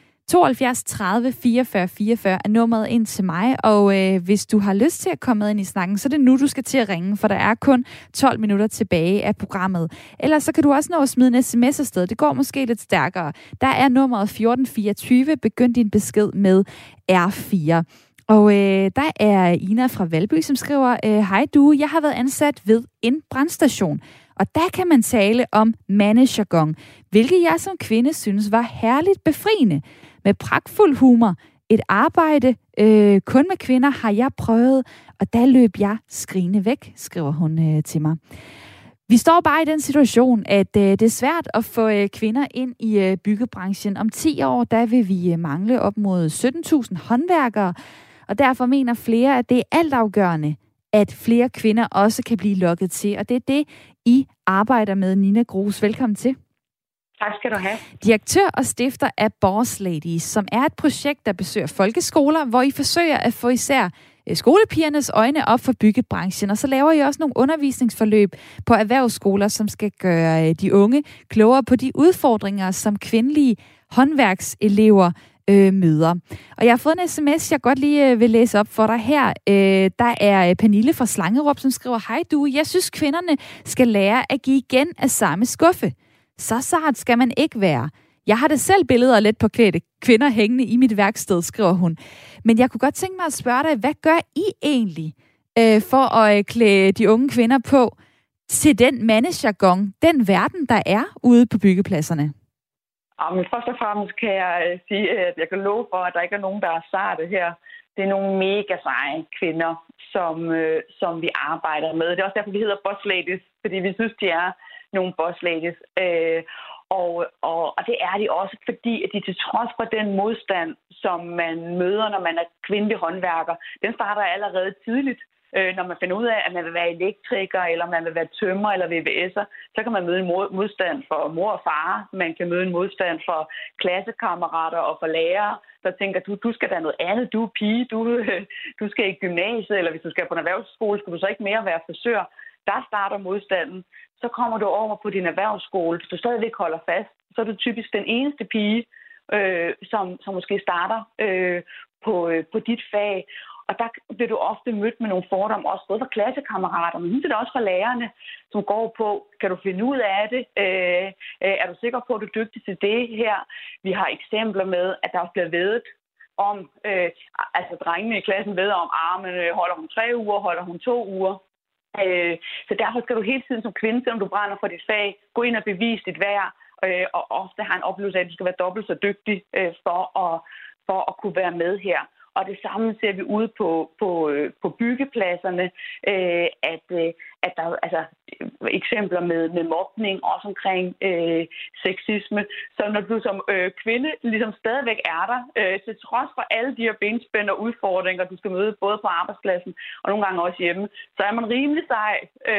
72 30 44 44 er nummeret ind til mig, og hvis du har lyst til at komme med ind i snakken, så er det nu, du skal til at ringe, for der er kun 12 minutter tilbage af programmet. Ellers så kan du også nå at smide en sms afsted. Det går måske lidt stærkere. Der er nummeret 1424. Begynd din besked med R4. Og der er Ina fra Valby, som skriver, hej du, jeg har været ansat ved en brandstation. Og der kan man tale om mandejargon, hvilket jeg som kvinde synes var herligt befriende. Med pragtfuld humor. Et arbejde kun med kvinder har jeg prøvet, og der løb jeg skrigende væk, skriver hun til mig. Vi står bare i den situation, at det er svært at få kvinder ind i byggebranchen. Om 10 år, der vil vi mangle op mod 17.000 håndværkere, og derfor mener flere, at det er altafgørende, at flere kvinder også kan blive lokket til. Og det er det, I arbejder med, Nina Grus. Velkommen til. Tak skal du have. Direktør og stifter af Boss Ladies, som er et projekt, der besøger folkeskoler, hvor I forsøger at få især skolepigernes øjne op for byggebranchen. Og så laver I også nogle undervisningsforløb på erhvervsskoler, som skal gøre de unge klogere på de udfordringer, som kvindelige håndværkselever møder. Og jeg har fået en sms, jeg godt lige vil læse op for dig her. Der er Pernille fra Slangerup, som skriver, hej du, jeg synes kvinderne skal lære at give igen af samme skuffe. Så sart skal man ikke være. Jeg har det selv billeder let på klædte kvinder hængende i mit værksted, skriver hun. Men jeg kunne godt tænke mig at spørge dig, hvad gør I egentlig for at klæde de unge kvinder på til den mandejargon, den verden, der er ude på byggepladserne? Men først og fremmest kan jeg sige, at jeg kan love for, at der ikke er nogen, der er sarte her. Det er nogle mega seje kvinder, som vi arbejder med. Det er også derfor, vi hedder Boss Ladies, fordi vi synes, de er nogle boss ladies. Og det er de også, fordi at de til trods for den modstand, som man møder, når man er kvindelig håndværker, den starter allerede tidligt. Når man finder ud af, at man vil være elektriker, eller man vil være tømrer eller VVS'er, så kan man møde en modstand for mor og far. Man kan møde en modstand for klassekammerater og for lærere, der tænker, du skal da noget andet, du er pige, du skal i gymnasiet, eller hvis du skal på en erhvervsskole, skal du så ikke mere være frisør. Der starter modstanden. Så kommer du over på din erhvervsskole. Hvis du stadigvæk holder fast, så er du typisk den eneste pige, som måske starter på dit fag. Og der bliver du ofte mødt med nogle fordomme, også både fra klassekammerater, men det er også fra lærerne, som går på, kan du finde ud af det? Er du sikker på, at du er dygtig til det her? Vi har eksempler med, at der også bliver væddet om, altså drengene i klassen vædder om, men holder hun 3 uger, holder hun 2 uger? Så derfor skal du hele tiden som kvinde, selvom du brænder for dit fag, gå ind og bevise dit værd, og ofte have en oplevelse af, at du skal være dobbelt så dygtig for at kunne være med her. Og det samme ser vi ude på byggepladserne, at der er altså eksempler med mobning, også omkring sexisme. Så når du som kvinde ligesom stadigvæk er der, til trods for alle de her benspænd og udfordringer, du skal møde både på arbejdspladsen og nogle gange også hjemme, så er man rimelig sej.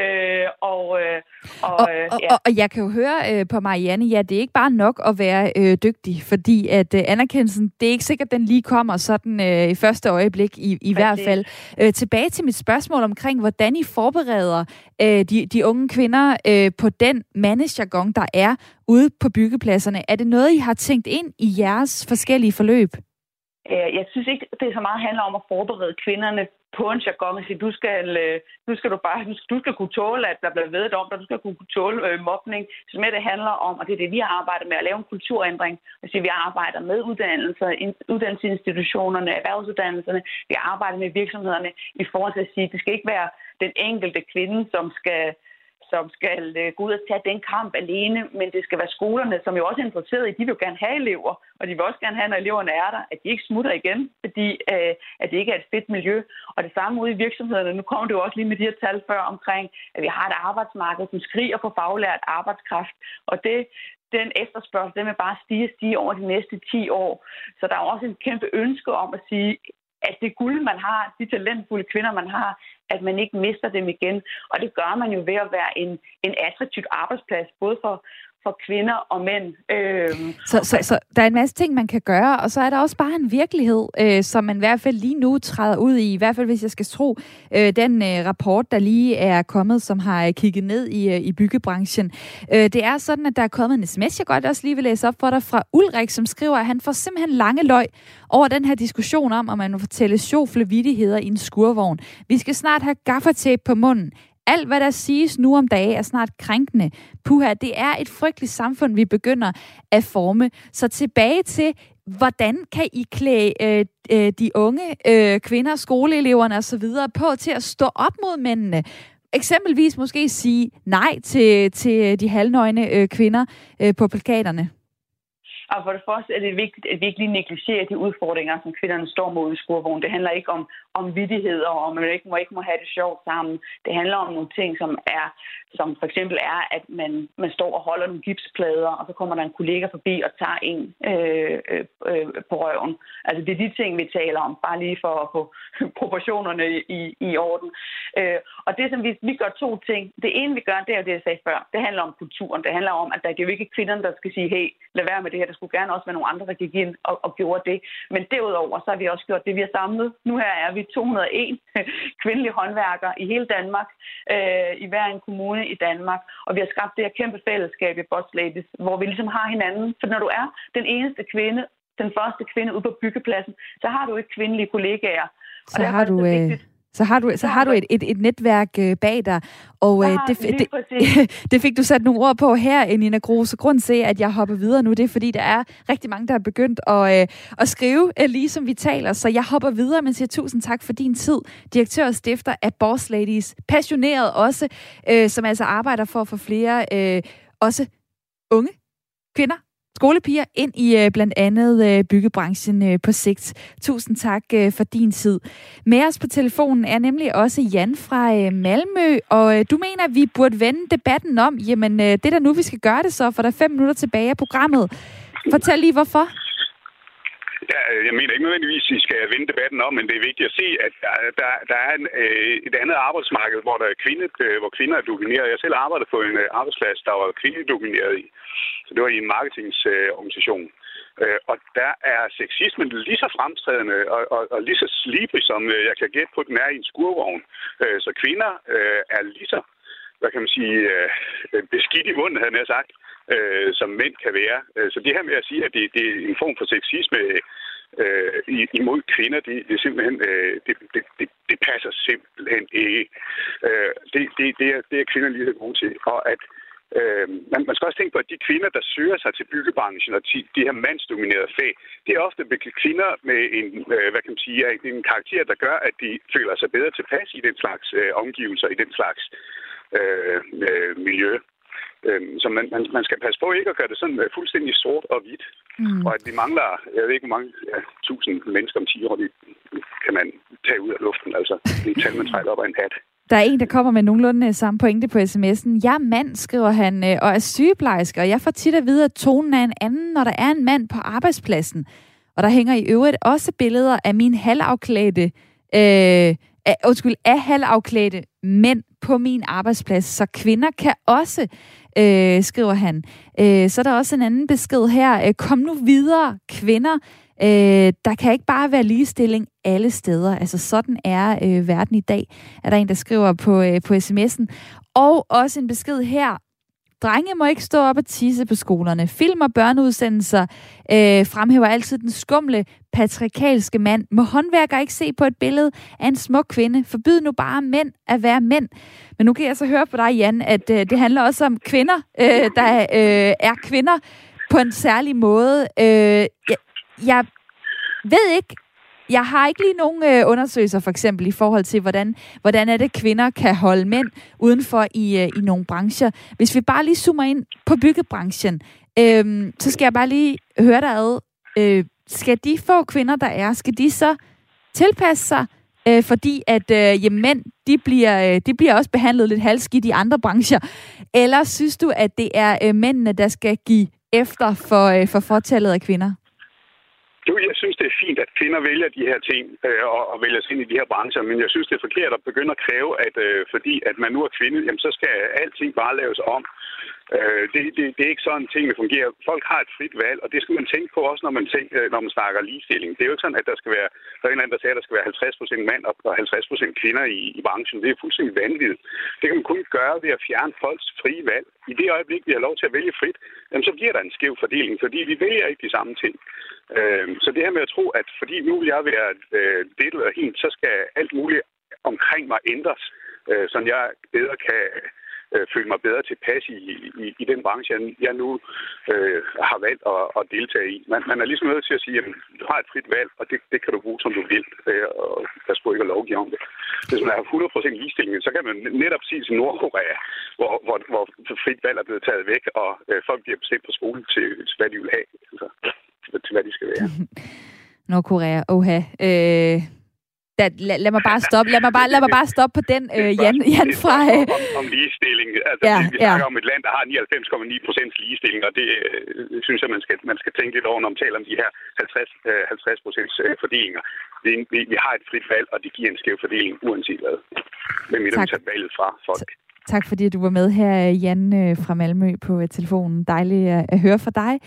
Og jeg kan jo høre på Marianne, ja, det er ikke bare nok at være dygtig, fordi at anerkendelsen, det er ikke sikkert, den lige kommer sådan i første øjeblik i hvert fald. Tilbage til mit spørgsmål omkring, hvordan I forbereder de unge kvinder på den mandejargon, der er ude på byggepladserne. Er det noget, I har tænkt ind i jeres forskellige forløb? Jeg synes ikke, det så meget handler om at forberede kvinderne på en jargon. Du skal kunne tåle, at der bliver vedet om dig. Du skal kunne tåle mobning. Så med det handler om, og det er det, vi arbejder med, at lave en kulturændring. Altså, vi arbejder med uddannelsesinstitutionerne, erhvervsuddannelserne. Vi arbejder med virksomhederne i forhold til at sige, at det skal ikke være den enkelte kvinde, som skal gå ud og tage den kamp alene, men det skal være skolerne, som jo også er interesseret i, de vil jo gerne have elever, og de vil også gerne have, når eleverne er der, at de ikke smutter igen, fordi at det ikke er et fedt miljø. Og det samme ude i virksomhederne, nu kommer det jo også lige med de her tal før omkring, at vi har et arbejdsmarked, som skriger på faglært arbejdskraft, og den efterspørgsel, den vil bare stige over de næste 10 år. Så der er også en kæmpe ønske om at sige, at det guld, man har, de talentfulde kvinder, man har, at man ikke mister dem igen. Og det gør man jo ved at være en attraktiv arbejdsplads, både for kvinder og mænd. Så der er en masse ting, man kan gøre, og så er der også bare en virkelighed, som man i hvert fald lige nu træder ud i hvert fald hvis jeg skal tro den rapport, der lige er kommet, som har kigget ned i byggebranchen. Det er sådan, at der er kommet en sms, jeg godt også lige vil læse op for dig, fra Ulrik, som skriver, at han får simpelthen lange løg over den her diskussion om man må fortælle sjofle vittigheder i en skurvogn. Vi skal snart have gaffertape på munden. Alt, hvad der siges nu om dage, er snart krænkende. Puha, det er et frygteligt samfund, vi begynder at forme. Så tilbage til, hvordan kan I klæde de unge kvinder, skoleeleverne osv. på til at stå op mod mændene? Eksempelvis måske sige nej til de halvnøgne kvinder på plakaterne. Og for det første er det vigtigt, at vi ikke lige negligerer de udfordringer, som kvinderne står mod i skurvognen. Det handler ikke om vittigheder, og man ikke må have det sjovt sammen. Det handler om nogle ting, som for eksempel er, at man står og holder nogle gipsplader, og så kommer der en kollega forbi og tager en på røven. Altså det er de ting, vi taler om, bare lige for at få proportionerne i orden. Og det, som vi gør to ting. Det ene, vi gør, det er jo det, jeg sagde før. Det handler om kulturen. Det handler om, at det er jo ikke kvinderne, der skal sige, hey, lad være med det her. Der skulle gerne også være nogle andre, der gik ind og gjorde det. Men derudover, så har vi også gjort det, vi har samlet. Nu her er vi 201 kvindelige håndværkere i hele Danmark, i hver en kommune i Danmark. Og vi har skabt det her kæmpe fællesskab i Boss Ladies, hvor vi ligesom har hinanden. For når du er den eneste kvinde, den første kvinde ude på byggepladsen, så har du ikke kvindelige kollegaer. Så har du et netværk bag dig, og det fik du sat nogle ord på her, Nina Grose. Grunden til, at jeg hopper videre nu, det er, fordi der er rigtig mange, der er begyndt at skrive, lige som vi taler. Så jeg hopper videre, men siger tusind tak for din tid. Direktør og stifter af Boss Ladies. Passioneret også, som altså arbejder for at få flere også unge kvinder, skolepiger ind i blandt andet byggebranchen på sigt. Tusind tak for din tid. Med os på telefonen er nemlig også Jan fra Malmø, og du mener, at vi burde vende debatten om, jamen det der nu, vi skal gøre det så, for der er 5 minutter tilbage af programmet. Fortæl lige, hvorfor. Ja, jeg mener ikke nødvendigvis, at vi skal vende debatten om, men det er vigtigt at se, at der er et andet arbejdsmarked, hvor kvinder er domineret. Jeg selv arbejdede på en arbejdsplads, der var kvindedomineret i. Så det var i en marketingsorganisation. Og der er sexismen lige så fremtrædende og lige så slibrig, som jeg kan gætte på, den er i en skurvogn. Så kvinder er lige så, hvad kan man sige, beskidt i munden, havde jeg sagt, som mænd kan være. Så det her med at sige, at det er en form for sexisme imod kvinder, det er simpelthen, det passer simpelthen ikke. Det er kvinder lige så gode til. Og at man skal også tænke på, at de kvinder, der søger sig til byggebranchen og de her mandsdominerede fag, det er ofte kvinder med en, hvad kan man sige, en karakter, der gør, at de føler sig bedre tilpas i den slags omgivelser, i den slags miljø. Så man skal passe på ikke at gøre det sådan fuldstændig sort og hvidt. Og at vi mangler, jeg ved ikke hvor mange 1000 mennesker om 10 år, det kan man tage ud af luften. Altså, det er tal, man trækker op af en hat. Der er en, der kommer med nogenlunde samme pointe på sms'en. Jeg er mand, skriver han, og er sygeplejerske, og jeg får tit at vide, at tonen er en anden, når der er en mand på arbejdspladsen. Og der hænger i øvrigt også billeder af mine halvafklædte mænd på min arbejdsplads, så kvinder kan også, skriver han. Så er der også en anden besked her. Kom nu videre, kvinder. Der kan ikke bare være ligestilling alle steder. Altså sådan er verden i dag, er der en, der skriver på sms'en. Og også en besked her. Drenge må ikke stå op og tisse på skolerne. Film og børneudsendelser fremhæver altid den skumle, patriarkalske mand. Må håndværkere ikke se på et billede af en smuk kvinde? Forbyd nu bare mænd at være mænd. Men nu kan jeg så høre på dig, Jan, at det handler også om kvinder, der er kvinder på en særlig måde. Jeg ved ikke, jeg har ikke lige nogen undersøgelser for eksempel i forhold til, hvordan er det, kvinder kan holde mænd udenfor i nogle brancher. Hvis vi bare lige zoomer ind på byggebranchen, så skal jeg bare lige høre dig ad. Skal de få kvinder, der er, skal de så tilpasse sig, fordi at mænd, de bliver også behandlet lidt halvskidt i andre brancher? Eller synes du, at det er mændene, der skal give efter for fortallet af kvinder? Jeg synes, det er fint, at kvinder vælger de her ting og vælger sig ind i de her brancher, men jeg synes, det er forkert at begynde at kræve, at fordi at man nu er kvinde, jamen, så skal alting bare laves om. Det er ikke sådan, tingene fungerer. Folk har et frit valg, og det skal man tænke på også, når man snakker ligestilling. Det er jo ikke sådan, at der skal være, der er en eller anden, der siger, at der skal være 50% mand og 50% kvinder i branchen. Det er fuldstændig vanvittigt. Det kan man kun gøre ved at fjerne folks frie valg. I det øjeblik, vi har lov til at vælge frit, jamen, så bliver der en skæv fordeling, fordi vi vælger ikke de samme ting. Så det her med at tro, at fordi nu vil jeg være det eller hent, så skal alt muligt omkring mig ændres, så jeg bedre kan føle mig bedre tilpas i den branche, jeg nu har valgt at deltage i. Man er ligesom nødt til at sige, at du har et frit valg, og det kan du bruge, som du vil, og der skal ikke at lovgive om det. Hvis man har 100% ligestilling, så kan man netop sige til Nordkorea, hvor frit valg er blevet taget væk, og folk bliver bestemt på skole til hvad de vil have, altså, til hvad de skal være. Nordkorea, oha. Lad mig bare stoppe på den, Jan fra... Om ligestilling. Altså, vi snakker om et land, der har 99,9% ligestilling, og det synes jeg, man skal tænke lidt over, når man taler om de her 50% fordelinger. Vi har et frit valg, og det giver en skæv fordeling, uanset hvad. Men vi har taget valget fra folk. Tak fordi du var med her, Jan fra Malmø, på telefonen. Dejligt at høre fra dig.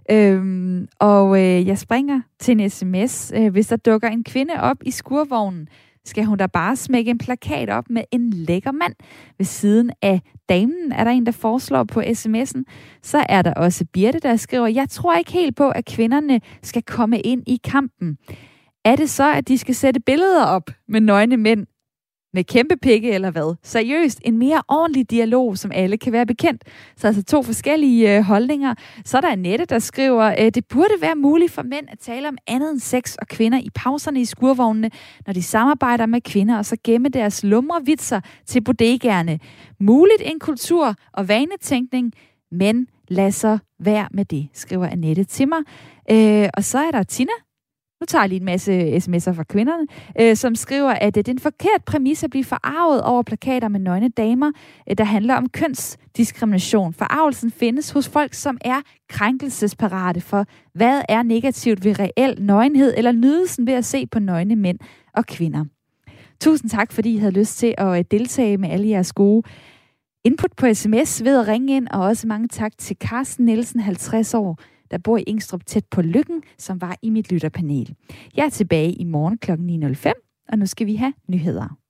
Jeg springer til en sms. Hvis der dukker en kvinde op i skurvognen, skal hun da bare smække en plakat op med en lækker mand. Ved siden af damen er der en, der foreslår på sms'en. Så er der også Birte, der skriver, jeg tror ikke helt på, at kvinderne skal komme ind i kampen. Er det så, at de skal sætte billeder op med nøgne mænd med kæmpe pikke eller hvad? Seriøst, en mere ordentlig dialog, som alle kan være bekendt. Så altså 2 forskellige holdninger. Så er der Annette, der skriver, det burde være muligt for mænd at tale om andet end sex og kvinder i pauserne i skurvognene, når de samarbejder med kvinder, og så gemme deres lumrevitser til bodegaerne. Muligt en kultur og vanetænkning, men lad så være med det, skriver Annette til mig. Og så er der Tina. Nu tager jeg lige en masse sms'er fra kvinderne, som skriver, at det er en forkert præmis at blive forarvet over plakater med nøgne damer, der handler om kønsdiskrimination. Forarvelsen findes hos folk, som er krænkelsesparate for, hvad er negativt ved reel nøgenhed eller nydelsen ved at se på nøgne mænd og kvinder. Tusind tak, fordi I havde lyst til at deltage med alle jeres gode input på sms ved at ringe ind, og også mange tak til Carsten Nielsen, 50 år, der bor i Ingstrup tæt på Lykken, som var i mit lytterpanel. Jeg er tilbage i morgen kl. 9.05, og nu skal vi have nyheder.